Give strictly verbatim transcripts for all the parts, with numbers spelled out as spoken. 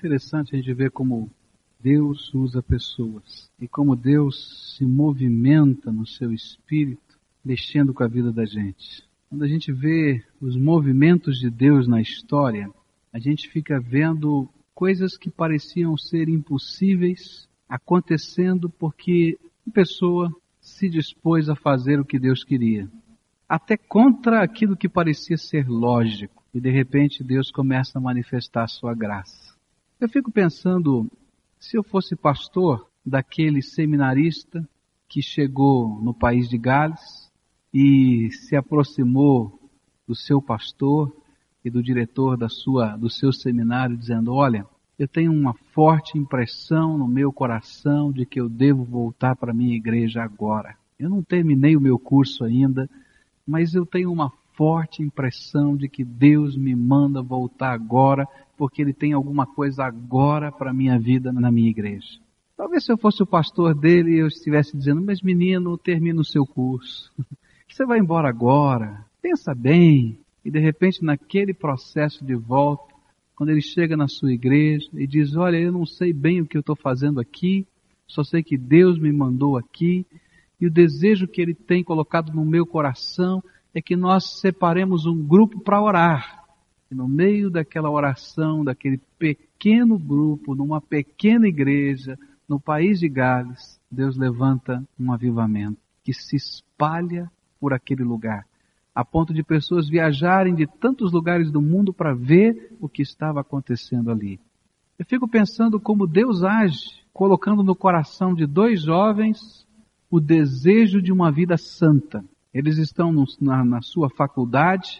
interessante a gente ver como Deus usa pessoas e como Deus se movimenta no seu espírito, mexendo com a vida da gente. Quando a gente vê os movimentos de Deus na história, a gente fica vendo coisas que pareciam ser impossíveis acontecendo porque uma pessoa se dispôs a fazer o que Deus queria. Até contra aquilo que parecia ser lógico. E de repente Deus começa a manifestar a sua graça. Eu fico pensando, se eu fosse pastor daquele seminarista que chegou no país de Gales e se aproximou do seu pastor e do diretor da sua, do seu seminário, dizendo, olha, eu tenho uma forte impressão no meu coração de que eu devo voltar para a minha igreja agora. Eu não terminei o meu curso ainda, mas eu tenho uma forte impressão de que Deus me manda voltar agora, porque Ele tem alguma coisa agora para a minha vida na minha igreja. Talvez se eu fosse o pastor dele, eu estivesse dizendo, mas menino, termina o seu curso. Você vai embora agora, pensa bem. E de repente, naquele processo de volta, quando ele chega na sua igreja e diz, olha, eu não sei bem o que eu estou fazendo aqui, só sei que Deus me mandou aqui, e o desejo que Ele tem colocado no meu coração é que nós separemos um grupo para orar. E no meio daquela oração, daquele pequeno grupo, numa pequena igreja, no país de Gales, Deus levanta um avivamento que se espalha por aquele lugar, a ponto de pessoas viajarem de tantos lugares do mundo para ver o que estava acontecendo ali. Eu fico pensando como Deus age, colocando no coração de dois jovens o desejo de uma vida santa. Eles estão no, na, na sua faculdade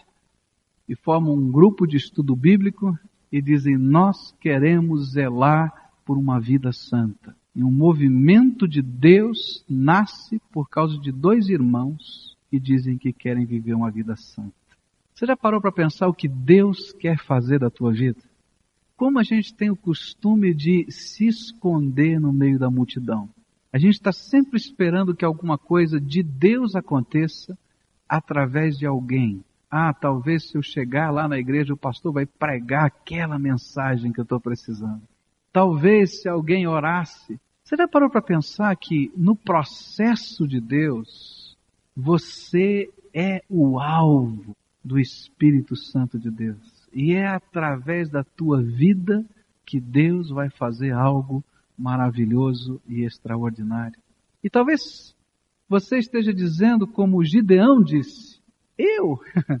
e formam um grupo de estudo bíblico e dizem, nós queremos zelar por uma vida santa. E um movimento de Deus nasce por causa de dois irmãos que dizem que querem viver uma vida santa. Você já parou para pensar o que Deus quer fazer da tua vida? Como a gente tem o costume de se esconder no meio da multidão. A gente está sempre esperando que alguma coisa de Deus aconteça através de alguém. Ah, talvez se eu chegar lá na igreja, o pastor vai pregar aquela mensagem que eu estou precisando. Talvez se alguém orasse. Você já parou para pensar que no processo de Deus, você é o alvo do Espírito Santo de Deus. E é através da tua vida que Deus vai fazer algo maravilhoso e extraordinário. E talvez você esteja dizendo como Gideão disse, eu,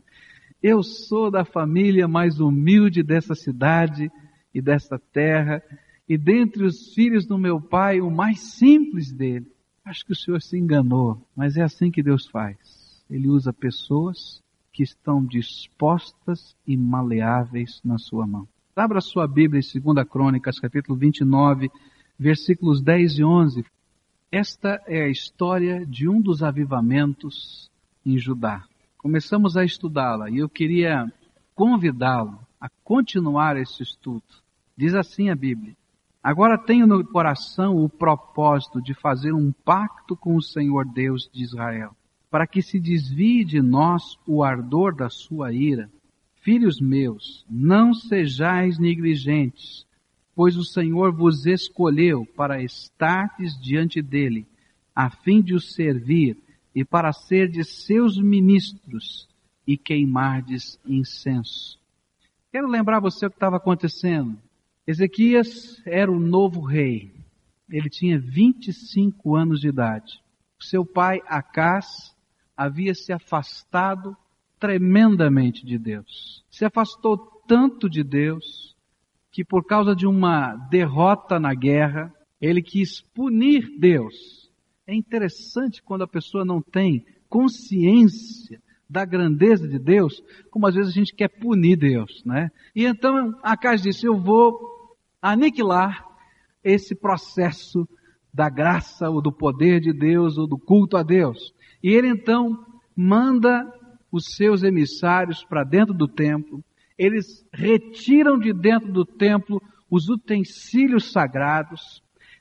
eu sou da família mais humilde dessa cidade e dessa terra, e dentre os filhos do meu pai, o mais simples dele. Acho que o Senhor se enganou, mas é assim que Deus faz. Ele usa pessoas que estão dispostas e maleáveis na sua mão. Abra sua Bíblia em segunda Crônicas, capítulo vinte e nove, versículos dez e onze. Esta é a história de um dos avivamentos em Judá. Começamos a estudá-la e eu queria convidá-lo a continuar esse estudo. Diz assim a Bíblia, agora tenho no coração o propósito de fazer um pacto com o Senhor Deus de Israel, para que se desvie de nós o ardor da sua ira. Filhos meus, não sejais negligentes, pois o Senhor vos escolheu para estardes diante dele, a fim de o servir e para serdes seus ministros e queimardes incenso. Quero lembrar você o que estava acontecendo. Ezequias era o novo rei. Ele tinha vinte e cinco anos de idade. Seu pai, Acás, havia se afastado tremendamente de Deus. Se afastou tanto de Deus que por causa de uma derrota na guerra, ele quis punir Deus. É interessante quando a pessoa não tem consciência da grandeza de Deus, como às vezes a gente quer punir Deus, né? E então Acás disse, eu vou aniquilar esse processo da graça ou do poder de Deus ou do culto a Deus. E ele então manda os seus emissários para dentro do templo. Eles retiram de dentro do templo os utensílios sagrados,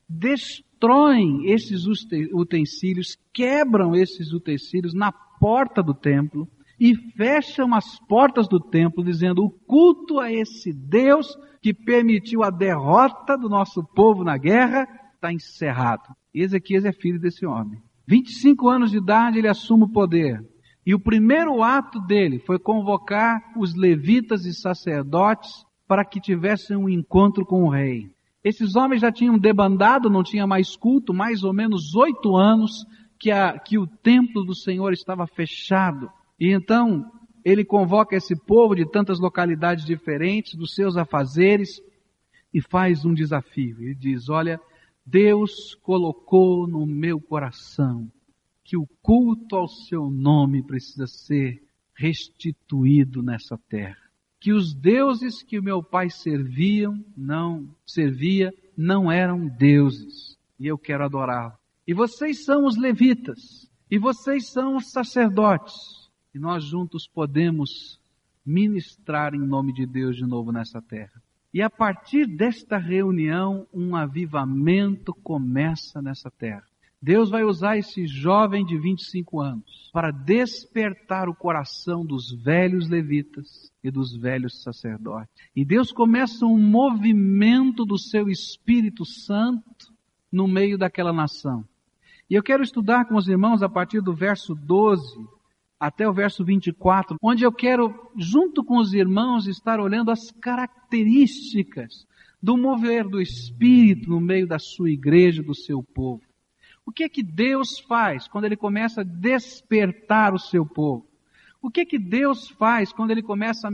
destroem esses utensílios, quebram esses utensílios na porta do templo e fecham as portas do templo, dizendo: o culto a esse Deus que permitiu a derrota do nosso povo na guerra está encerrado. E Ezequias é filho desse homem. vinte e cinco anos de idade ele assume o poder. E o primeiro ato dele foi convocar os levitas e sacerdotes para que tivessem um encontro com o rei. Esses homens já tinham debandado, não tinha mais culto, mais ou menos oito anos que, a, que o templo do Senhor estava fechado. E então ele convoca esse povo de tantas localidades diferentes, dos seus afazeres, e faz um desafio. Ele diz: olha, Deus colocou no meu coração que o culto ao seu nome precisa ser restituído nessa terra. Que os deuses que o meu pai serviam, não servia, não eram deuses. E eu quero adorá-lo. E vocês são os levitas. E vocês são os sacerdotes. E nós juntos podemos ministrar em nome de Deus de novo nessa terra. E a partir desta reunião, um avivamento começa nessa terra. Deus vai usar esse jovem de vinte e cinco anos para despertar o coração dos velhos levitas e dos velhos sacerdotes. E Deus começa um movimento do seu Espírito Santo no meio daquela nação. E eu quero estudar com os irmãos a partir do verso doze até o verso vinte e quatro, onde eu quero, junto com os irmãos, estar olhando as características do mover do Espírito no meio da sua igreja, do seu povo. O que é que Deus faz quando Ele começa a despertar o seu povo? O que é que Deus faz quando Ele começa a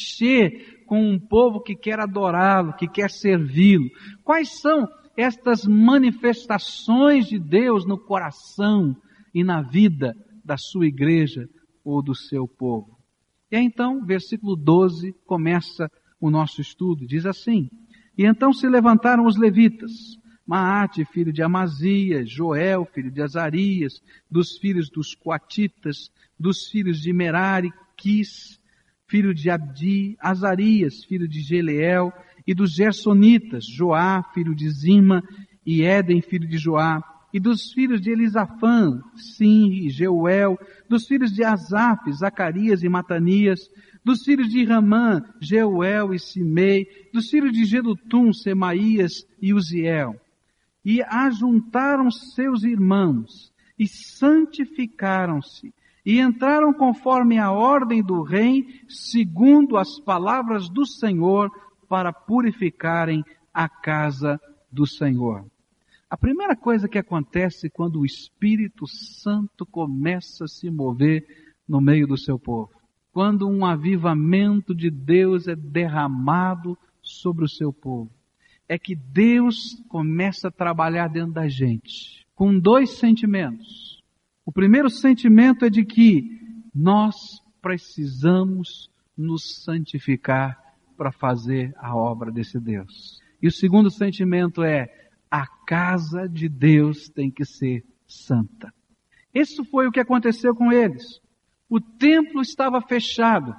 mexer com um povo que quer adorá-lo, que quer servi-lo? Quais são estas manifestações de Deus no coração e na vida da sua igreja ou do seu povo? E aí, então, versículo doze, começa o nosso estudo. Diz assim: e então se levantaram os levitas, Maate, filho de Amazias, Joel, filho de Azarias, dos filhos dos Coatitas, dos filhos de Merari, Quis, filho de Abdi, Azarias, filho de Geleel, e dos Gersonitas, Joá, filho de Zima, e Éden, filho de Joá, e dos filhos de Elisafã, Sinri, Jeuel, dos filhos de Asaf, Zacarias e Matanias, dos filhos de Ramã, Jeuel e Simei, dos filhos de Gedutum, Semaías e Uziel. E ajuntaram seus irmãos, e santificaram-se, e entraram conforme a ordem do rei, segundo as palavras do Senhor, para purificarem a casa do Senhor. A primeira coisa que acontece quando o Espírito Santo começa a se mover no meio do seu povo, quando um avivamento de Deus é derramado sobre o seu povo, é que Deus começa a trabalhar dentro da gente, com dois sentimentos. O primeiro sentimento é de que nós precisamos nos santificar para fazer a obra desse Deus. E o segundo sentimento é: a casa de Deus tem que ser santa. Isso foi o que aconteceu com eles. O templo estava fechado.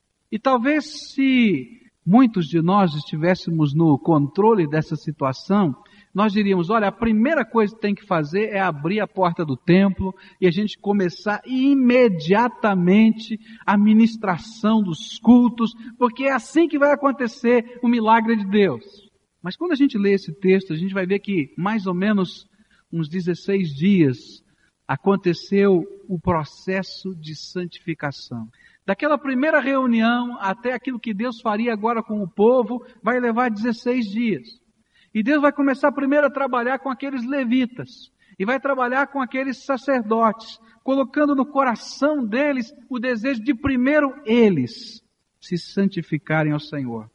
E talvez se muitos de nós estivéssemos no controle dessa situação, nós diríamos: olha, a primeira coisa que tem que fazer é abrir a porta do templo e a gente começar imediatamente a ministração dos cultos, porque é assim que vai acontecer o milagre de Deus. Mas quando a gente lê esse texto, a gente vai ver que mais ou menos uns dezesseis dias aconteceu o processo de santificação. Daquela primeira reunião até aquilo que Deus faria agora com o povo, vai levar dezesseis dias. E Deus vai começar primeiro a trabalhar com aqueles levitas, e vai trabalhar com aqueles sacerdotes, colocando no coração deles o desejo de primeiro eles se santificarem ao Senhor.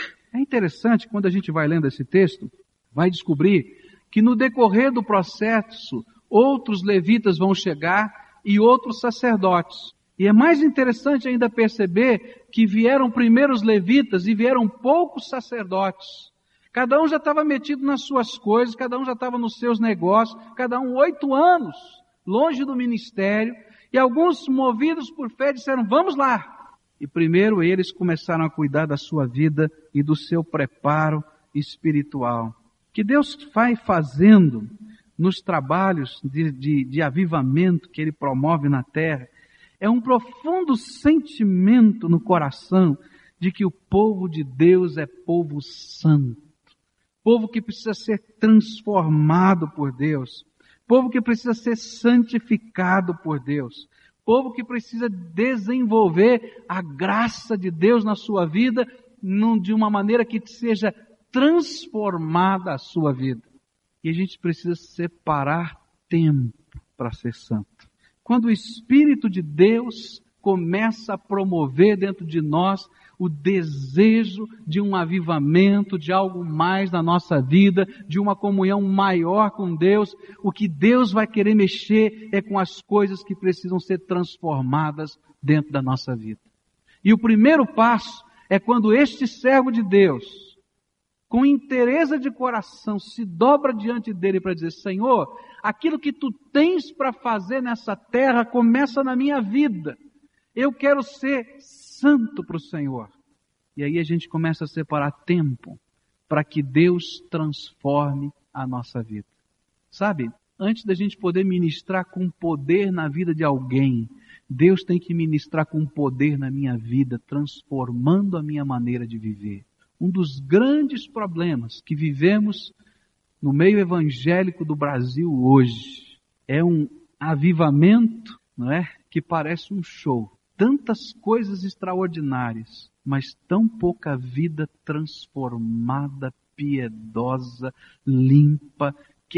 É interessante, quando a gente vai lendo esse texto, vai descobrir que no decorrer do processo, outros levitas vão chegar e outros sacerdotes. E é mais interessante ainda perceber que vieram primeiro os levitas e vieram poucos sacerdotes. Cada um já estava metido nas suas coisas, cada um já estava nos seus negócios, cada um oito anos longe do ministério. E alguns, movidos por fé, disseram: vamos lá. E primeiro eles começaram a cuidar da sua vida e do seu preparo espiritual. Que Deus vai fazendo nos trabalhos de, de, de avivamento que Ele promove na terra, É um profundo sentimento no coração de que o povo de Deus é povo santo. Povo que precisa ser transformado por Deus. Povo que precisa ser santificado por Deus. Povo que precisa desenvolver a graça de Deus na sua vida de uma maneira que seja transformada a sua vida. E a gente precisa separar tempo para ser santo. Quando o Espírito de Deus começa a promover dentro de nós o desejo de um avivamento, de algo mais na nossa vida, de uma comunhão maior com Deus, o que Deus vai querer mexer é com as coisas que precisam ser transformadas dentro da nossa vida. E o primeiro passo é quando este servo de Deus, com inteireza de coração, se dobra diante dele para dizer: Senhor, aquilo que tu tens para fazer nessa terra começa na minha vida. Eu quero ser santo para o Senhor. E aí a gente começa a separar tempo para que Deus transforme a nossa vida. Sabe, antes da gente poder ministrar com poder na vida de alguém, Deus tem que ministrar com poder na minha vida, transformando a minha maneira de viver. Um dos grandes problemas que vivemos no meio evangélico do Brasil hoje é um avivamento, não é? Que parece um show. Tantas coisas extraordinárias, mas tão pouca vida transformada, piedosa, limpa,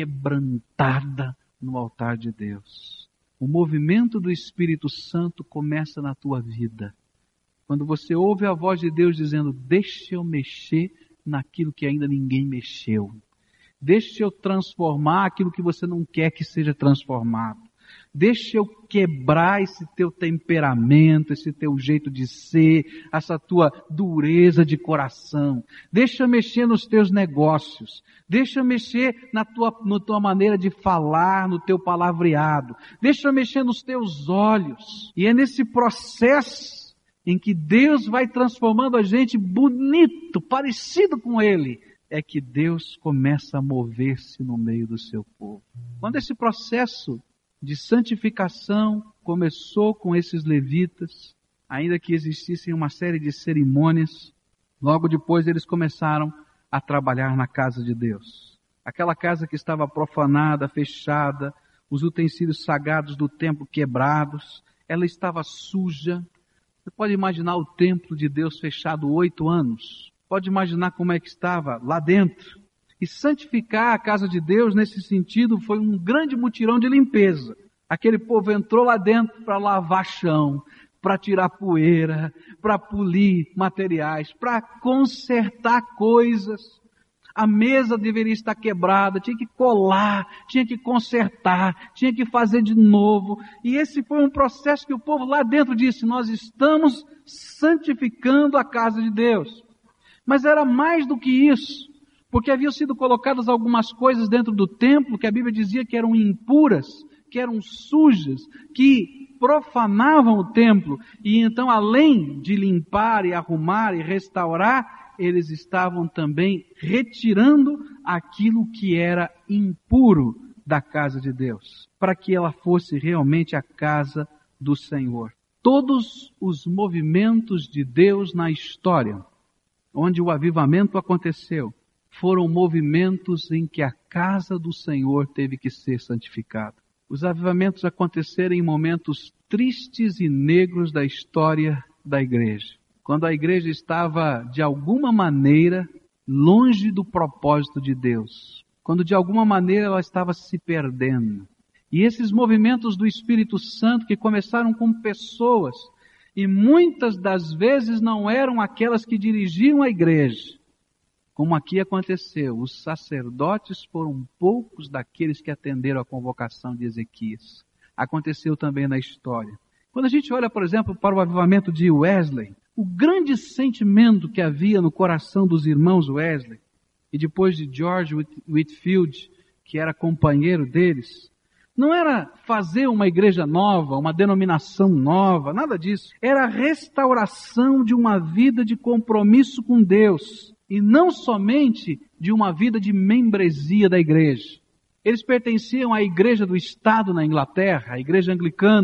quebrantada no altar de Deus. O movimento do Espírito Santo começa na tua vida. Quando você ouve a voz de Deus dizendo: deixa eu mexer naquilo que ainda ninguém mexeu. Deixa eu transformar aquilo que você não quer que seja transformado. Deixa eu quebrar esse teu temperamento, esse teu jeito de ser, essa tua dureza de coração. Deixa eu mexer nos teus negócios. Deixa eu mexer na tua, na tua maneira de falar, no teu palavreado. Deixa eu mexer nos teus olhos. E é nesse processo em que Deus vai transformando a gente bonito, parecido com Ele, é que Deus começa a mover-se no meio do seu povo. Quando esse processo de santificação começou com esses levitas, ainda que existissem uma série de cerimônias, logo depois eles começaram a trabalhar na casa de Deus. Aquela casa que estava profanada, fechada, os utensílios sagrados do templo quebrados, ela estava suja. Você pode imaginar o templo de Deus fechado oito anos? Pode imaginar como é que estava lá dentro? E santificar a casa de Deus, nesse sentido, foi um grande mutirão de limpeza. Aquele povo entrou lá dentro para lavar chão, para tirar poeira, para polir materiais, para consertar coisas. A mesa deveria estar quebrada, tinha que colar, tinha que consertar, tinha que fazer de novo. E esse foi um processo que o povo lá dentro disse: nós estamos santificando a casa de Deus. Mas era mais do que isso. Porque haviam sido colocadas algumas coisas dentro do templo que a Bíblia dizia que eram impuras, que eram sujas, que profanavam o templo. E então, além de limpar e arrumar e restaurar, eles estavam também retirando aquilo que era impuro da casa de Deus, para que ela fosse realmente a casa do Senhor. Todos os movimentos de Deus na história, onde o avivamento aconteceu, foram movimentos em que a casa do Senhor teve que ser santificada. Os avivamentos aconteceram em momentos tristes e negros da história da igreja. Quando a igreja estava, de alguma maneira, longe do propósito de Deus. Quando, de alguma maneira, ela estava se perdendo. E esses movimentos do Espírito Santo que começaram com pessoas, e muitas das vezes não eram aquelas que dirigiam a igreja. Como aqui aconteceu, os sacerdotes foram poucos daqueles que atenderam à convocação de Ezequias. Aconteceu também na história. Quando a gente olha, por exemplo, para o avivamento de Wesley, o grande sentimento que havia no coração dos irmãos Wesley, e depois de George Whitefield, que era companheiro deles, não era fazer uma igreja nova, uma denominação nova, nada disso. Era a restauração de uma vida de compromisso com Deus. E não somente de uma vida de membresia da igreja. Eles pertenciam à igreja do Estado na Inglaterra, a igreja anglicana.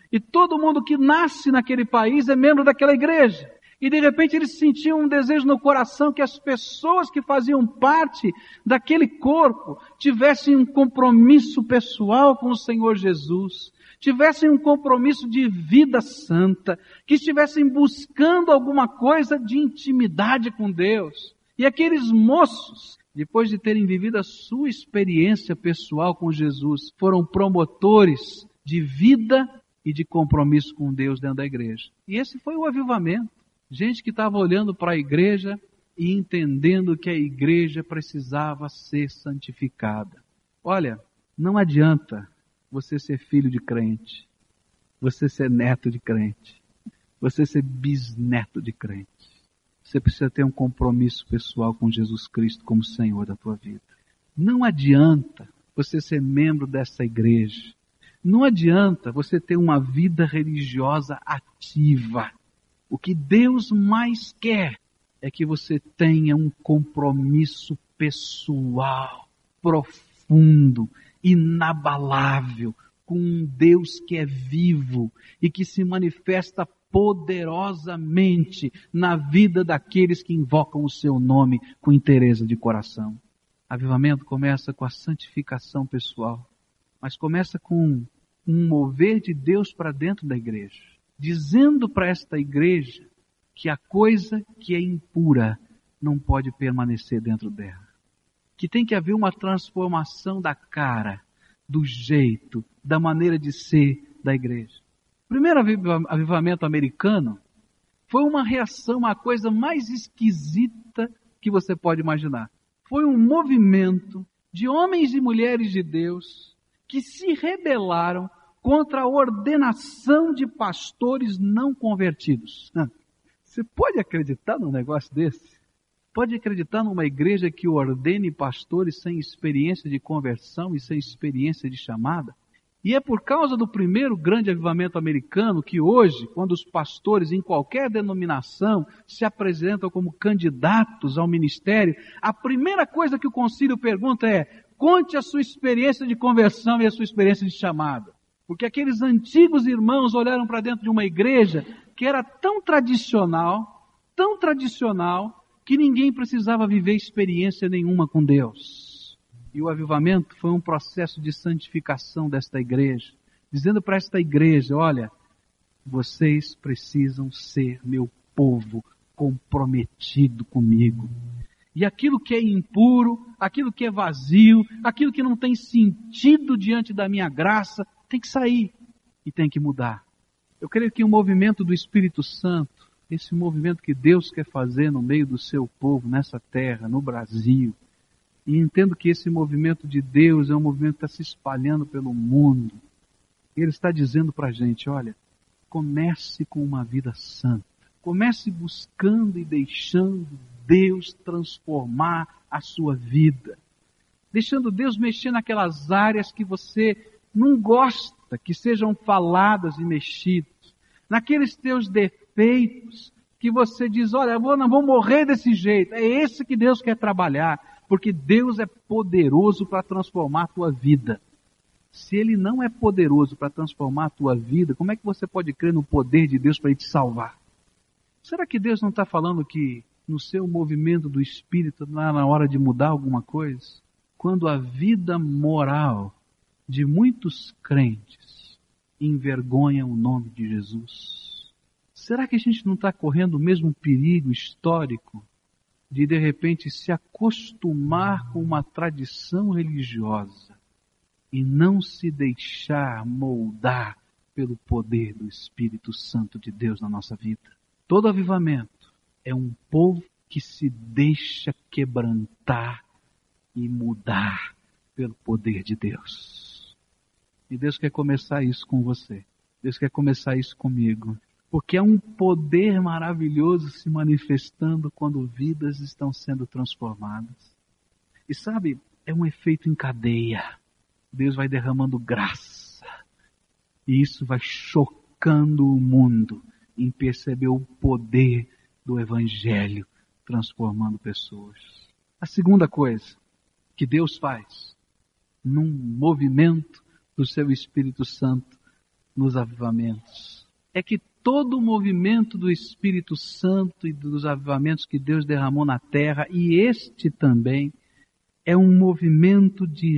E todo mundo que nasce naquele país é membro daquela igreja. E de repente eles sentiam um desejo no coração que as pessoas que faziam parte daquele corpo tivessem um compromisso pessoal com o Senhor Jesus, tivessem um compromisso de vida santa, que estivessem buscando alguma coisa de intimidade com Deus. E aqueles moços, depois de terem vivido a sua experiência pessoal com Jesus, foram promotores de vida e de compromisso com Deus dentro da igreja. E esse foi o avivamento. Gente que estava olhando para a igreja e entendendo que a igreja precisava ser santificada. Olha, não adianta você ser filho de crente, você ser neto de crente, você ser bisneto de crente. Você precisa ter um compromisso pessoal com Jesus Cristo como Senhor da tua vida. Não adianta você ser membro dessa igreja. Não adianta você ter uma vida religiosa ativa. O que Deus mais quer é que você tenha um compromisso pessoal, profundo, inabalável, com um Deus que é vivo e que se manifesta poderosamente na vida daqueles que invocam o seu nome com interesse de coração. Avivamento começa com a santificação pessoal, mas começa com um mover de Deus para dentro da igreja, dizendo para esta igreja que a coisa que é impura não pode permanecer dentro dela. Que tem que haver uma transformação da cara, do jeito, da maneira de ser da igreja. O primeiro avivamento americano foi uma reação à coisa mais esquisita que você pode imaginar. Foi um movimento de homens e mulheres de Deus que se rebelaram contra a ordenação de pastores não convertidos. Você pode acreditar num negócio desse? Pode acreditar numa igreja que ordene pastores sem experiência de conversão e sem experiência de chamada? E é por causa do primeiro grande avivamento americano que hoje, quando os pastores em qualquer denominação se apresentam como candidatos ao ministério, a primeira coisa que o concílio pergunta é: conte a sua experiência de conversão e a sua experiência de chamada. Porque aqueles antigos irmãos olharam para dentro de uma igreja que era tão tradicional, tão tradicional, que ninguém precisava viver experiência nenhuma com Deus. E o avivamento foi um processo de santificação desta igreja, dizendo para esta igreja: olha, vocês precisam ser meu povo comprometido comigo. E aquilo que é impuro, aquilo que é vazio, aquilo que não tem sentido diante da minha graça, tem que sair e tem que mudar. Eu creio que o movimento do Espírito Santo, esse movimento que Deus quer fazer no meio do seu povo, nessa terra, no Brasil, e entendo que esse movimento de Deus é um movimento que está se espalhando pelo mundo. Ele está dizendo para a gente: olha, comece com uma vida santa. Comece buscando e deixando Deus transformar a sua vida. Deixando Deus mexer naquelas áreas que você não gosta que sejam faladas e mexidas. Naqueles teus defeitos que você diz: olha, eu vou, não vou morrer desse jeito. É esse que Deus quer trabalhar. Porque Deus é poderoso para transformar a tua vida. Se Ele não é poderoso para transformar a tua vida, como é que você pode crer no poder de Deus para Ele te salvar? Será que Deus não está falando que no seu movimento do Espírito não é na hora de mudar alguma coisa? Quando a vida moral de muitos crentes envergonha o nome de Jesus, será que a gente não está correndo o mesmo perigo histórico de de repente se acostumar com uma tradição religiosa e não se deixar moldar pelo poder do Espírito Santo de Deus na nossa vida? Todo avivamento é um povo que se deixa quebrantar e mudar pelo poder de Deus. E Deus quer começar isso com você. Deus quer começar isso comigo. Porque é um poder maravilhoso se manifestando quando vidas estão sendo transformadas. E sabe, é um efeito em cadeia. Deus vai derramando graça. E isso vai chocando o mundo em perceber o poder do Evangelho transformando pessoas. A segunda coisa que Deus faz num movimento do seu Espírito Santo nos avivamentos é que todo o movimento do Espírito Santo e dos avivamentos que Deus derramou na terra, e este também, é um movimento de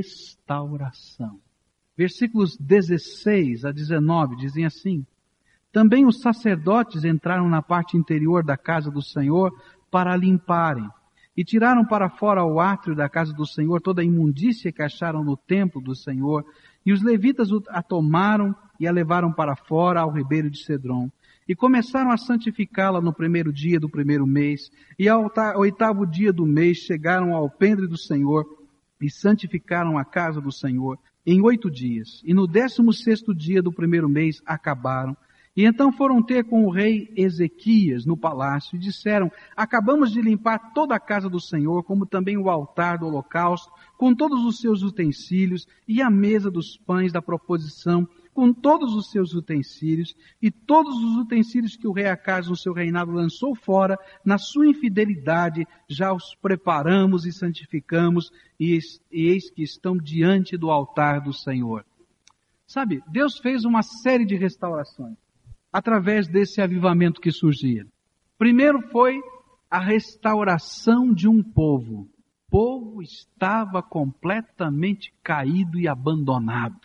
restauração. Versículos dezesseis a dezenove dizem assim: também os sacerdotes entraram na parte interior da casa do Senhor para a limparem, e tiraram para fora o átrio da casa do Senhor toda a imundícia que acharam no templo do Senhor, e os levitas a tomaram e a levaram para fora ao ribeiro de Cedron, e começaram a santificá-la no primeiro dia do primeiro mês, e ao oitavo dia do mês chegaram ao alpendre do Senhor, e santificaram a casa do Senhor em oito dias, e no décimo sexto dia do primeiro mês acabaram. E então foram ter com o rei Ezequias no palácio e disseram: acabamos de limpar toda a casa do Senhor, como também o altar do holocausto, com todos os seus utensílios, e a mesa dos pães da proposição, com todos os seus utensílios, e todos os utensílios que o rei Acaz no seu reinado lançou fora, na sua infidelidade, já os preparamos e santificamos, e eis que estão diante do altar do Senhor. Sabe, Deus fez uma série de restaurações através desse avivamento que surgia. Primeiro foi a restauração de um povo. O povo estava completamente caído e abandonado.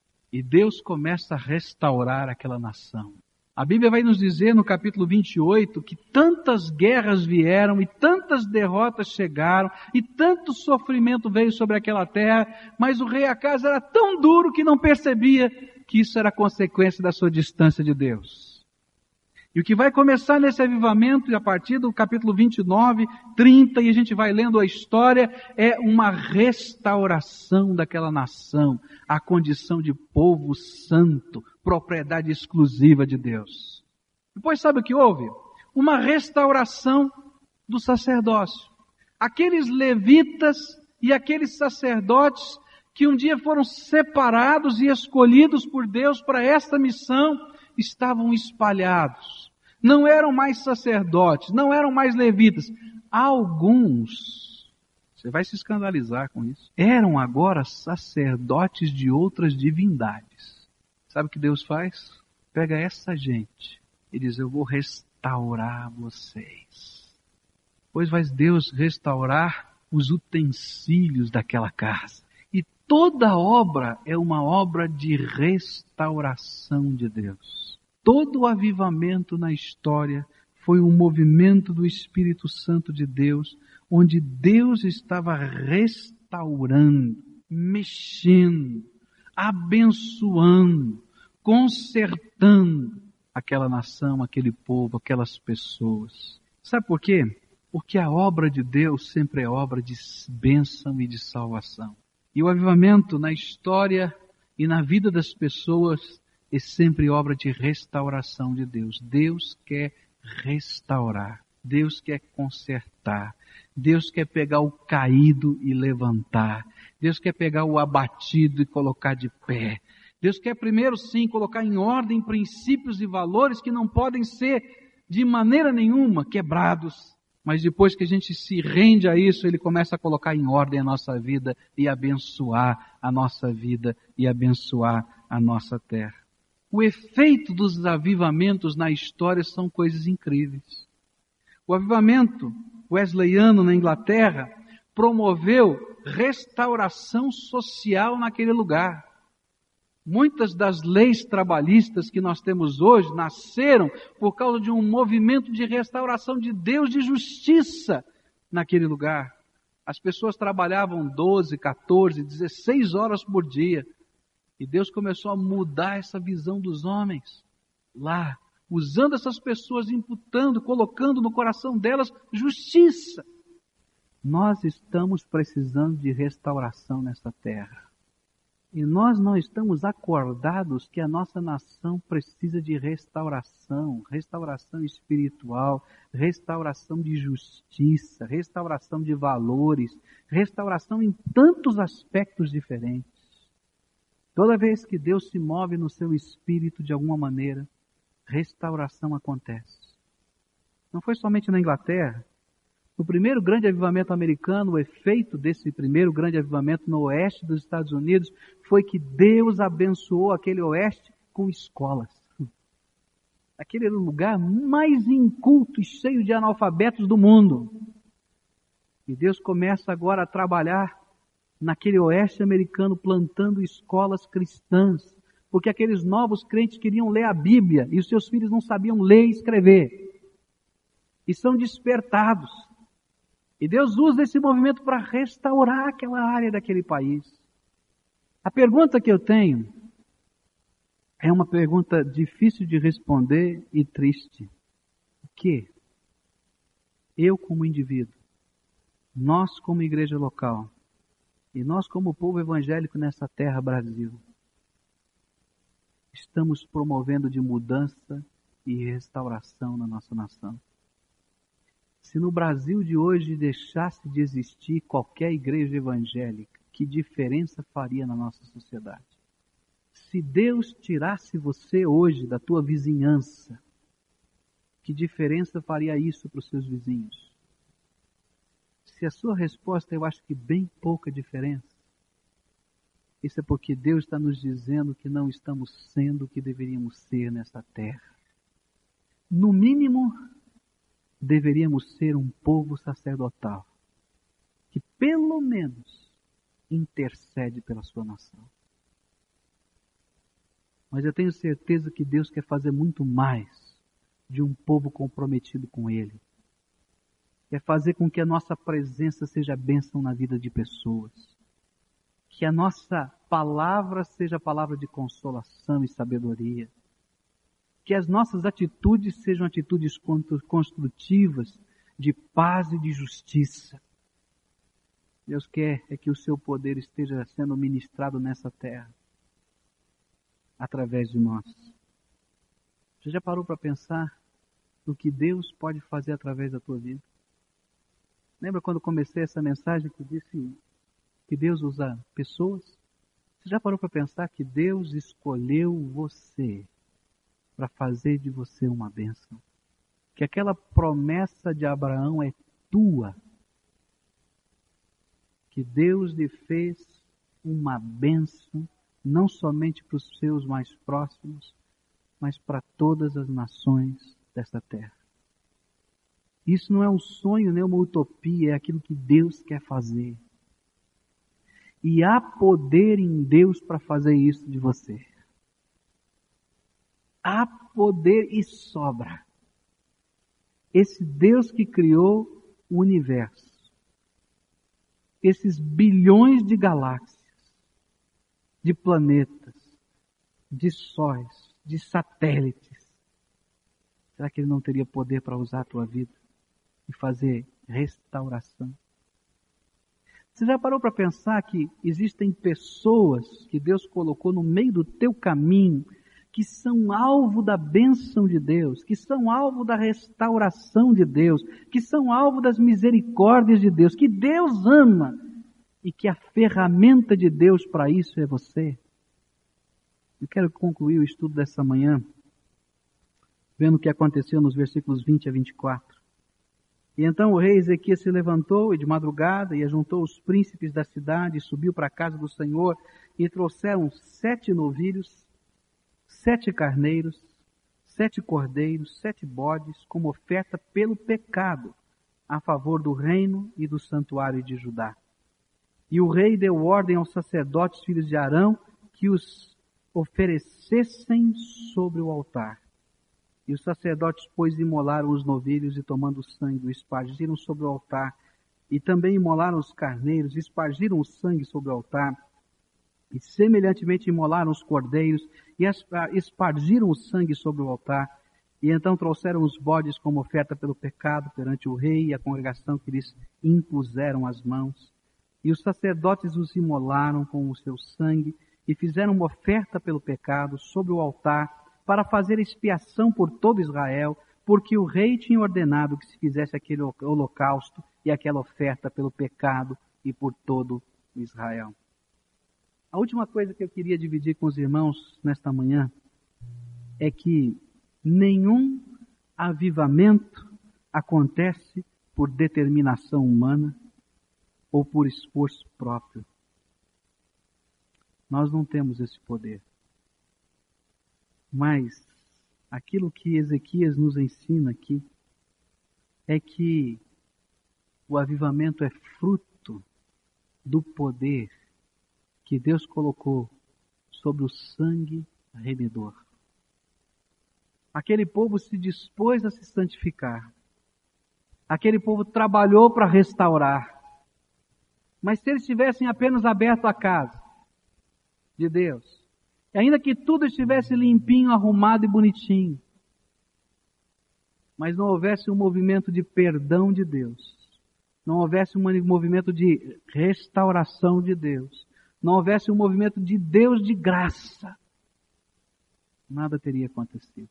E Deus começa a restaurar aquela nação. A Bíblia vai nos dizer no capítulo vinte e oito que tantas guerras vieram e tantas derrotas chegaram e tanto sofrimento veio sobre aquela terra, mas o rei Acaz era tão duro que não percebia que isso era consequência da sua distância de Deus. E o que vai começar nesse avivamento, a partir do capítulo vinte e nove, trinta, e a gente vai lendo a história, é uma restauração daquela nação, a condição de povo santo, propriedade exclusiva de Deus. Depois sabe o que houve? Uma restauração do sacerdócio. Aqueles levitas e aqueles sacerdotes que um dia foram separados e escolhidos por Deus para esta missão, estavam espalhados. Não eram mais sacerdotes, não eram mais levitas. Alguns, você vai se escandalizar com isso, eram agora sacerdotes de outras divindades. Sabe o que Deus faz? Pega essa gente e diz: eu vou restaurar vocês. Pois vai Deus restaurar os utensílios daquela casa. E toda obra é uma obra de restauração de Deus. Todo o avivamento na história foi um movimento do Espírito Santo de Deus, onde Deus estava restaurando, mexendo, abençoando, consertando aquela nação, aquele povo, aquelas pessoas. Sabe por quê? Porque a obra de Deus sempre é obra de bênção e de salvação. E o avivamento na história e na vida das pessoas é sempre obra de restauração de Deus. Deus quer restaurar. Deus quer consertar. Deus quer pegar o caído e levantar. Deus quer pegar o abatido e colocar de pé. Deus quer primeiro sim colocar em ordem princípios e valores que não podem ser de maneira nenhuma quebrados. Mas depois que a gente se rende a isso, Ele começa a colocar em ordem a nossa vida e abençoar a nossa vida e abençoar a nossa terra. O efeito dos avivamentos na história são coisas incríveis. O avivamento wesleyano na Inglaterra promoveu restauração social naquele lugar. Muitas das leis trabalhistas que nós temos hoje nasceram por causa de um movimento de restauração de Deus, de justiça naquele lugar. As pessoas trabalhavam doze, quatorze, dezesseis horas por dia. E Deus começou a mudar essa visão dos homens lá, usando essas pessoas, imputando, colocando no coração delas justiça. Nós estamos precisando de restauração nessa terra. E nós não estamos acordados que a nossa nação precisa de restauração, restauração espiritual, restauração de justiça, restauração de valores, restauração em tantos aspectos diferentes. Toda vez que Deus se move no seu espírito de alguma maneira, restauração acontece. Não foi somente na Inglaterra. No primeiro grande avivamento americano, o efeito desse primeiro grande avivamento no oeste dos Estados Unidos foi que Deus abençoou aquele oeste com escolas. Aquele era o lugar mais inculto e cheio de analfabetos do mundo. E Deus começa agora a trabalhar naquele oeste americano, plantando escolas cristãs, porque aqueles novos crentes queriam ler a Bíblia e os seus filhos não sabiam ler e escrever. E são despertados. E Deus usa esse movimento para restaurar aquela área daquele país. A pergunta que eu tenho é uma pergunta difícil de responder e triste. O que eu como indivíduo, nós como igreja local, e nós como povo evangélico nessa terra Brasil, estamos promovendo de mudança e restauração na nossa nação? Se no Brasil de hoje deixasse de existir qualquer igreja evangélica, que diferença faria na nossa sociedade? Se Deus tirasse você hoje da tua vizinhança, que diferença faria isso para os seus vizinhos? Se a sua resposta, eu acho que bem pouca diferença, isso é porque Deus está nos dizendo que não estamos sendo o que deveríamos ser nessa terra. No mínimo, deveríamos ser um povo sacerdotal, que pelo menos intercede pela sua nação. Mas eu tenho certeza que Deus quer fazer muito mais de um povo comprometido com Ele. Quer fazer com que a nossa presença seja bênção na vida de pessoas. Que a nossa palavra seja palavra de consolação e sabedoria. Que as nossas atitudes sejam atitudes construtivas, de paz e de justiça. Deus quer é que o seu poder esteja sendo ministrado nessa terra, através de nós. Você já parou para pensar no que Deus pode fazer através da tua vida? Lembra quando comecei essa mensagem que disse que Deus usa pessoas? Você já parou para pensar que Deus escolheu você para fazer de você uma bênção? Que aquela promessa de Abraão é tua. Que Deus lhe fez uma bênção, não somente para os seus mais próximos, mas para todas as nações desta terra. Isso não é um sonho, nem uma utopia, é aquilo que Deus quer fazer. E há poder em Deus para fazer isso de você. Há poder e sobra. Esse Deus que criou o universo, esses bilhões de galáxias, de planetas, de sóis, de satélites, será que Ele não teria poder para usar a tua vida e fazer restauração? Você já parou para pensar que existem pessoas que Deus colocou no meio do teu caminho, que são alvo da bênção de Deus, que são alvo da restauração de Deus, que são alvo das misericórdias de Deus, que Deus ama e que a ferramenta de Deus para isso é você? Eu quero concluir o estudo dessa manhã vendo o que aconteceu nos versículos vinte a vinte e quatro. E então o rei Ezequias se levantou e de madrugada e ajuntou os príncipes da cidade e subiu para a casa do Senhor e trouxeram sete novilhos, sete carneiros, sete cordeiros, sete bodes, como oferta pelo pecado, a favor do reino e do santuário de Judá. E o rei deu ordem aos sacerdotes, filhos de Arão, que os oferecessem sobre o altar. E os sacerdotes, pois, imolaram os novilhos e, tomando o sangue, o espargiram sobre o altar. E também imolaram os carneiros, espargiram o sangue sobre o altar. E semelhantemente imolaram os cordeiros e espargiram o sangue sobre o altar. E então trouxeram os bodes como oferta pelo pecado perante o rei e a congregação que lhes impuseram as mãos. E os sacerdotes os imolaram com o seu sangue e fizeram uma oferta pelo pecado sobre o altar para fazer expiação por todo Israel, porque o rei tinha ordenado que se fizesse aquele holocausto e aquela oferta pelo pecado e por todo Israel. A última coisa que eu queria dividir com os irmãos nesta manhã é que nenhum avivamento acontece por determinação humana ou por esforço próprio. Nós não temos esse poder. Mas aquilo que Ezequias nos ensina aqui é que o avivamento é fruto do poder que Deus colocou sobre o sangue remidor. Aquele povo se dispôs a se santificar. Aquele povo trabalhou para restaurar. Mas se eles tivessem apenas aberto a casa de Deus, e ainda que tudo estivesse limpinho, arrumado e bonitinho, mas não houvesse um movimento de perdão de Deus, não houvesse um movimento de restauração de Deus, não houvesse um movimento de Deus de graça, nada teria acontecido.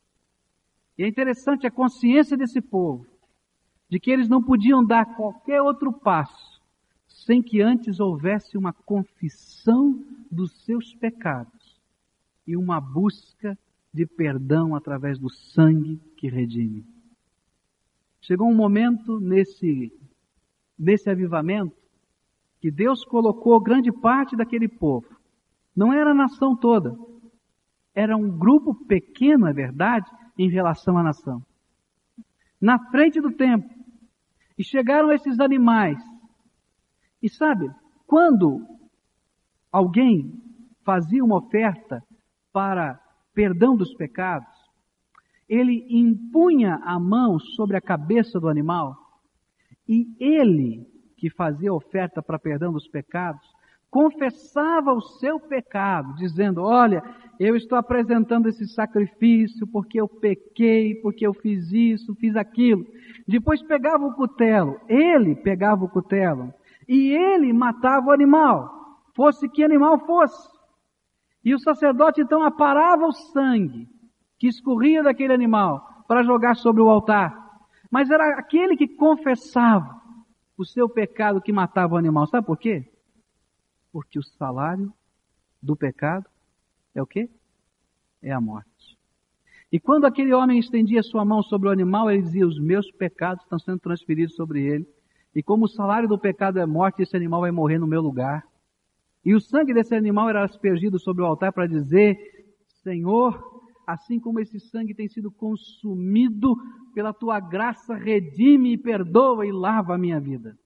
E é interessante a consciência desse povo, de que eles não podiam dar qualquer outro passo, sem que antes houvesse uma confissão dos seus pecados e uma busca de perdão através do sangue que redime. Chegou um momento nesse, nesse avivamento que Deus colocou grande parte daquele povo. Não era a nação toda. Era um grupo pequeno, é verdade, em relação à nação. Na frente do templo. E chegaram esses animais. E sabe, quando alguém fazia uma oferta para perdão dos pecados, ele impunha a mão sobre a cabeça do animal e ele, que fazia a oferta para perdão dos pecados, confessava o seu pecado, dizendo, olha, eu estou apresentando esse sacrifício porque eu pequei, porque eu fiz isso, fiz aquilo. Depois pegava o cutelo, ele pegava o cutelo e ele matava o animal, fosse que animal fosse. E o sacerdote então aparava o sangue que escorria daquele animal para jogar sobre o altar. Mas era aquele que confessava o seu pecado que matava o animal. Sabe por quê? Porque o salário do pecado é o quê? É a morte. E quando aquele homem estendia sua mão sobre o animal, ele dizia, os meus pecados estão sendo transferidos sobre ele. E como o salário do pecado é morte, esse animal vai morrer no meu lugar. E o sangue desse animal era aspergido sobre o altar para dizer, Senhor, assim como esse sangue tem sido consumido pela tua graça, redime e perdoa e lava a minha vida.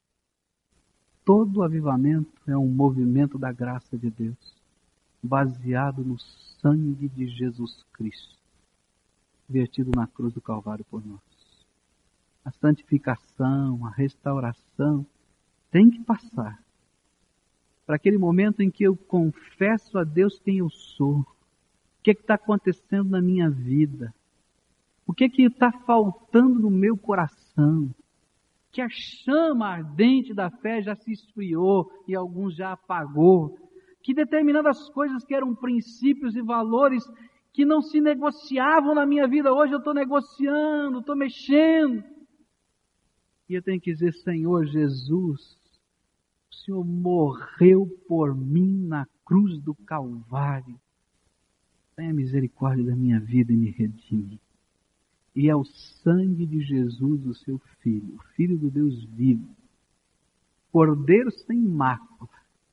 Todo avivamento é um movimento da graça de Deus, baseado no sangue de Jesus Cristo, vertido na cruz do Calvário por nós. A santificação, a restauração, tem que passar para aquele momento em que eu confesso a Deus quem eu sou, o que está acontecendo na minha vida, o que está faltando no meu coração, que a chama ardente da fé já se esfriou e alguns já apagou, que determinadas coisas que eram princípios e valores que não se negociavam na minha vida, hoje eu estou negociando, estou mexendo. E eu tenho que dizer, Senhor Jesus, o Senhor morreu por mim na cruz do Calvário. Tenha misericórdia da minha vida e me redime. E é o sangue de Jesus, o seu Filho, o Filho do Deus vivo, Cordeiro sem mácula,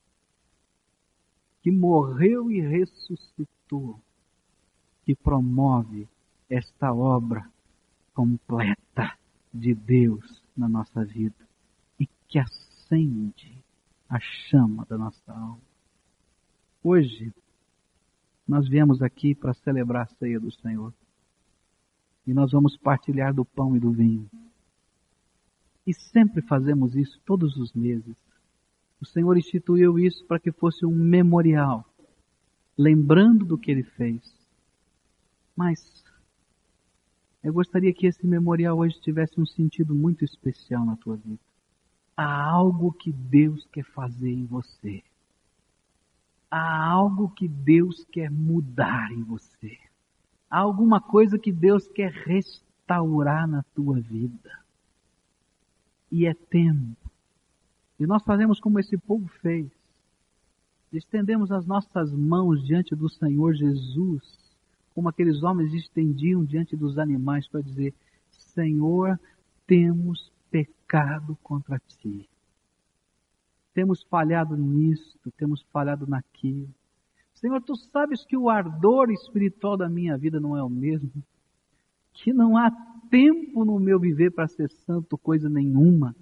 que morreu e ressuscitou, que promove esta obra completa de Deus na nossa vida e que acende a chama da nossa alma. Hoje, nós viemos aqui para celebrar a ceia do Senhor. E nós vamos partilhar do pão e do vinho. E sempre fazemos isso todos os meses. O Senhor instituiu isso para que fosse um memorial, lembrando do que Ele fez. Mas eu gostaria que esse memorial hoje tivesse um sentido muito especial na tua vida. Há algo que Deus quer fazer em você. Há algo que Deus quer mudar em você. Há alguma coisa que Deus quer restaurar na tua vida. E é tempo. E nós fazemos como esse povo fez. Estendemos as nossas mãos diante do Senhor Jesus, como aqueles homens estendiam diante dos animais para dizer, Senhor, temos pecado contra ti. Temos falhado nisto, temos falhado naquilo. Senhor, Tu sabes que o ardor espiritual da minha vida não é o mesmo, que não há tempo no meu viver para ser santo coisa nenhuma.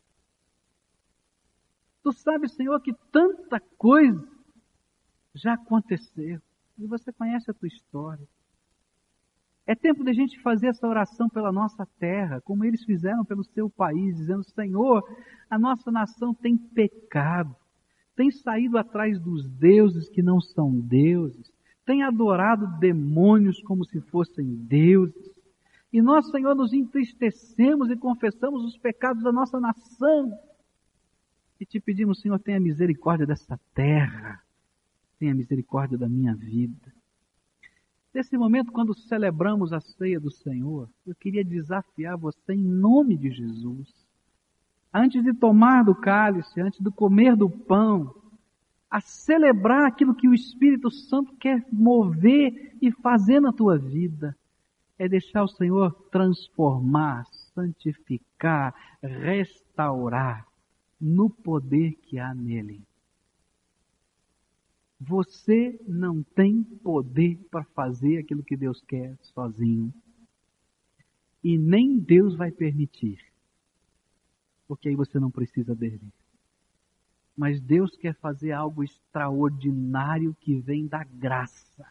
Tu sabes, Senhor, que tanta coisa já aconteceu e você conhece a tua história. É tempo de a gente fazer essa oração pela nossa terra, como eles fizeram pelo seu país, dizendo: Senhor, a nossa nação tem pecado, tem saído atrás dos deuses que não são deuses, tem adorado demônios como se fossem deuses. E nós, Senhor, nos entristecemos e confessamos os pecados da nossa nação. E te pedimos, Senhor, tenha misericórdia dessa terra, tenha misericórdia da minha vida. Nesse momento, quando celebramos a ceia do Senhor, eu queria desafiar você em nome de Jesus. Antes de tomar do cálice, antes de comer do pão, a celebrar aquilo que o Espírito Santo quer mover e fazer na tua vida. É deixar o Senhor transformar, santificar, restaurar no poder que há nele. Você não tem poder para fazer aquilo que Deus quer sozinho. E nem Deus vai permitir. Porque aí você não precisa dele. Mas Deus quer fazer algo extraordinário que vem da graça.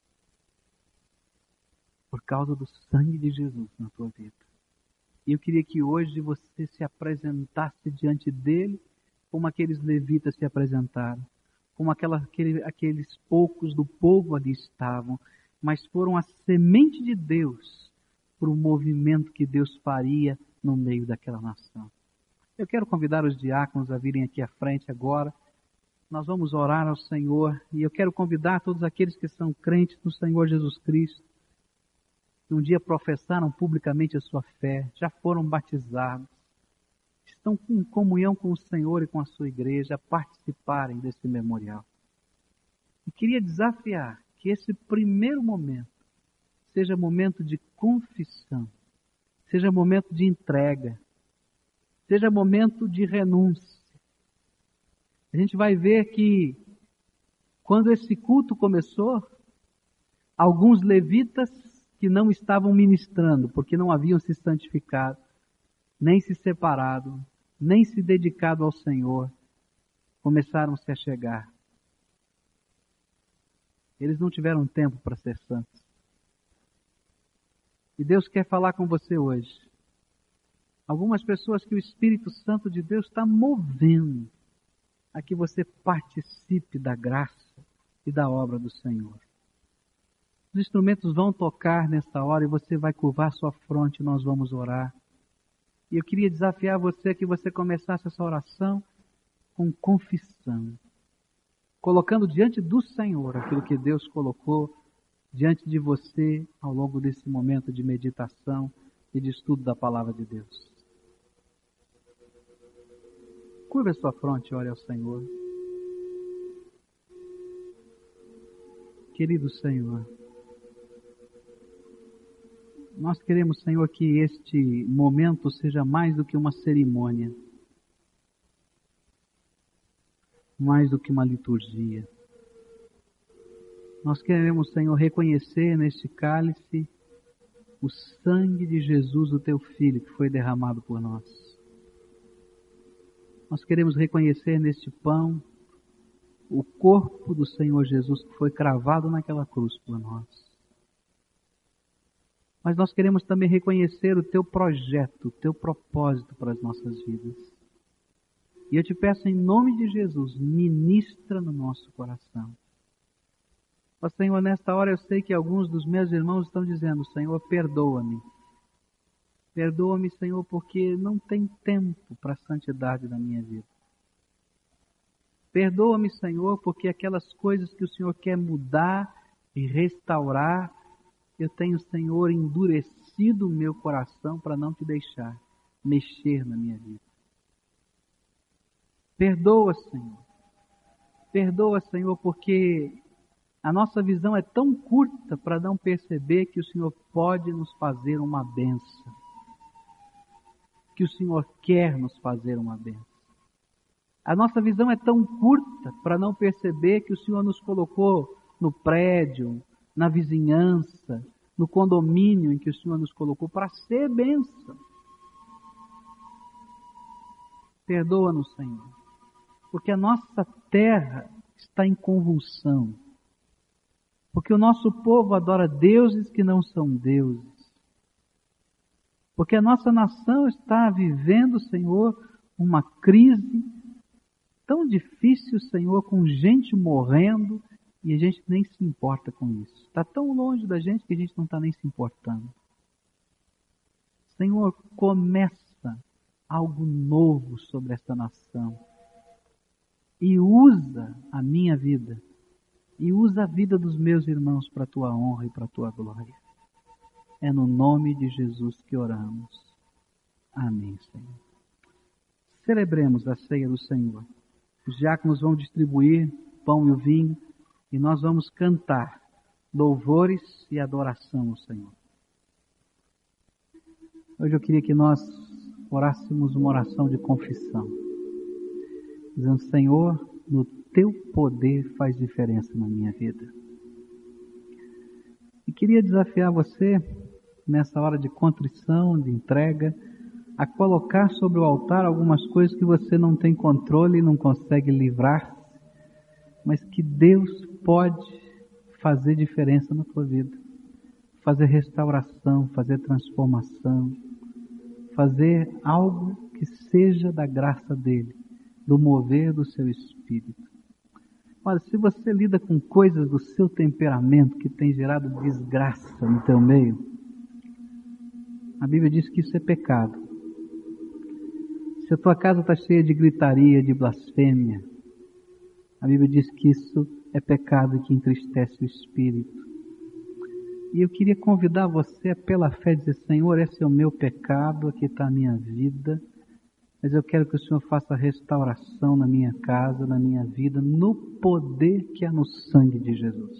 Por causa do sangue de Jesus na tua vida. E eu queria que hoje você se apresentasse diante dele como aqueles levitas se apresentaram. Como aquela, aquele, aqueles poucos do povo ali estavam, mas foram a semente de Deus para o movimento que Deus faria no meio daquela nação. Eu quero convidar os diáconos a virem aqui à frente agora. Nós vamos orar ao Senhor e eu quero convidar todos aqueles que são crentes no Senhor Jesus Cristo, que um dia professaram publicamente a sua fé, já foram batizados, estão em comunhão com o Senhor e com a sua igreja, a participarem desse memorial. E queria desafiar que esse primeiro momento seja momento de confissão, seja momento de entrega, seja momento de renúncia. A gente vai ver que quando esse culto começou, alguns levitas que não estavam ministrando, porque não haviam se santificado, nem se separado, nem se dedicado ao Senhor, começaram-se a chegar. Eles não tiveram tempo para ser santos. E Deus quer falar com você hoje. Algumas pessoas que o Espírito Santo de Deus está movendo a que você participe da graça e da obra do Senhor. Os instrumentos vão tocar nesta hora e você vai curvar sua fronte e nós vamos orar. E eu queria desafiar você a que você começasse essa oração com confissão, colocando diante do Senhor aquilo que Deus colocou diante de você ao longo desse momento de meditação e de estudo da Palavra de Deus. Curva a sua fronte e ore ao Senhor. Querido Senhor, nós queremos, Senhor, que este momento seja mais do que uma cerimônia, mais do que uma liturgia. Nós queremos, Senhor, reconhecer neste cálice o sangue de Jesus, o Teu Filho, que foi derramado por nós. Nós queremos reconhecer neste pão o corpo do Senhor Jesus, que foi cravado naquela cruz por nós. Mas nós queremos também reconhecer o Teu projeto, o Teu propósito para as nossas vidas. E eu te peço em nome de Jesus, ministra no nosso coração. Ó Senhor, nesta hora eu sei que alguns dos meus irmãos estão dizendo: Senhor, perdoa-me. Perdoa-me, Senhor, porque não tem tempo para a santidade da minha vida. Perdoa-me, Senhor, porque aquelas coisas que o Senhor quer mudar e restaurar, eu tenho, Senhor, endurecido o meu coração para não te deixar mexer na minha vida. Perdoa, Senhor. Perdoa, Senhor, porque a nossa visão é tão curta para não perceber que o Senhor pode nos fazer uma bênção. Que o Senhor quer nos fazer uma bênção. A nossa visão é tão curta para não perceber que o Senhor nos colocou no prédio, na vizinhança, no condomínio em que o Senhor nos colocou para ser bênção. Perdoa-nos, Senhor, porque a nossa terra está em convulsão, porque o nosso povo adora deuses que não são deuses, porque a nossa nação está vivendo, Senhor, uma crise tão difícil, Senhor, com gente morrendo e a gente nem se importa com isso. Está tão longe da gente que a gente não está nem se importando. Senhor, começa algo novo sobre esta nação e usa a minha vida e usa a vida dos meus irmãos para a tua honra e para a tua glória. É no nome de Jesus que oramos. Amém, Senhor. Celebremos a ceia do Senhor. Os diáconos vão distribuir pão e o vinho e nós vamos cantar louvores e adoração ao Senhor. Hoje eu queria que nós orássemos uma oração de confissão, dizendo: Senhor, no teu poder faz diferença na minha vida. E queria desafiar você, nessa hora de contrição, de entrega, a colocar sobre o altar algumas coisas que você não tem controle e não consegue livrar, mas que Deus pode fazer diferença na tua vida, fazer restauração, fazer transformação, fazer algo que seja da graça dele, do mover do seu espírito. Olha, se você lida com coisas do seu temperamento que tem gerado desgraça no teu meio, a Bíblia diz que isso é pecado. Se a tua casa está cheia de gritaria, de blasfêmia, a Bíblia diz que isso é pecado e que entristece o espírito. E eu queria convidar você a, pela fé, dizer: Senhor, esse é o meu pecado, aqui está a minha vida, mas eu quero que o Senhor faça restauração na minha casa, na minha vida, no poder que há no sangue de Jesus.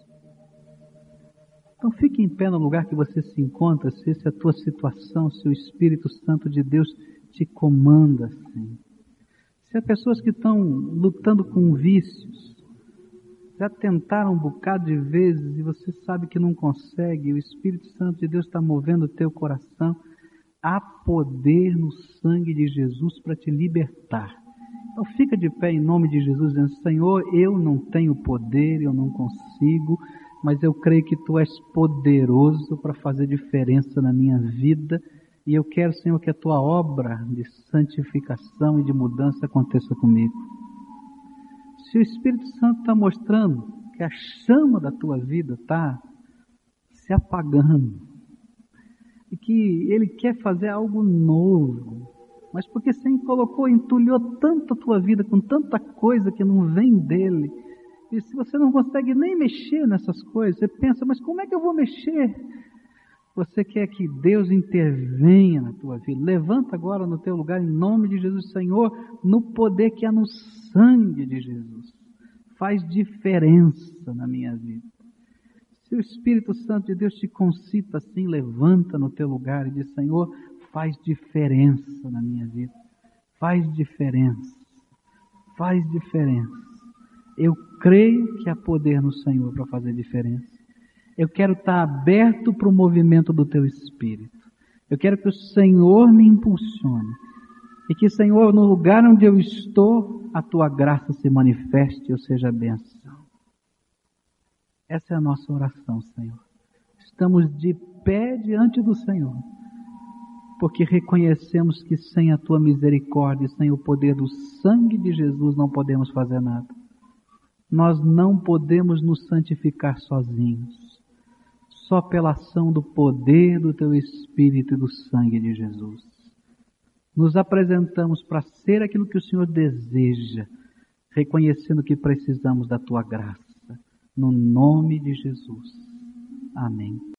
Então fique em pé no lugar que você se encontra, se essa é a tua situação, se o Espírito Santo de Deus te comanda assim. Se há pessoas que estão lutando com vícios, já tentaram um bocado de vezes e você sabe que não consegue, o Espírito Santo de Deus está movendo o teu coração, há poder no sangue de Jesus para te libertar. Então fica de pé em nome de Jesus, dizendo: Senhor, eu não tenho poder, eu não consigo, mas eu creio que Tu és poderoso para fazer diferença na minha vida, e eu quero, Senhor, que a Tua obra de santificação e de mudança aconteça comigo. Se o Espírito Santo está mostrando que a chama da tua vida está se apagando e que Ele quer fazer algo novo, mas porque você colocou, entulhou tanto a tua vida com tanta coisa que não vem dEle, e se você não consegue nem mexer nessas coisas, você pensa: mas como é que eu vou mexer? Você quer que Deus intervenha na tua vida. Levanta agora no teu lugar em nome de Jesus. Senhor, no poder que há no sangue de Jesus, faz diferença na minha vida. Se o Espírito Santo de Deus te concita assim, levanta no teu lugar e diz: Senhor, faz diferença na minha vida. Faz diferença. Faz diferença. Eu creio que há poder no Senhor para fazer diferença. Eu quero estar aberto para o movimento do Teu Espírito. Eu quero que o Senhor me impulsione. E que, Senhor, no lugar onde eu estou, a Tua graça se manifeste e eu seja bênção. Essa é a nossa oração, Senhor. Estamos de pé diante do Senhor, porque reconhecemos que sem a Tua misericórdia, sem o poder do sangue de Jesus, não podemos fazer nada. Nós não podemos nos santificar sozinhos. Só pela ação do poder do Teu Espírito e do sangue de Jesus. Nos apresentamos para ser aquilo que o Senhor deseja, reconhecendo que precisamos da Tua graça. No nome de Jesus. Amém.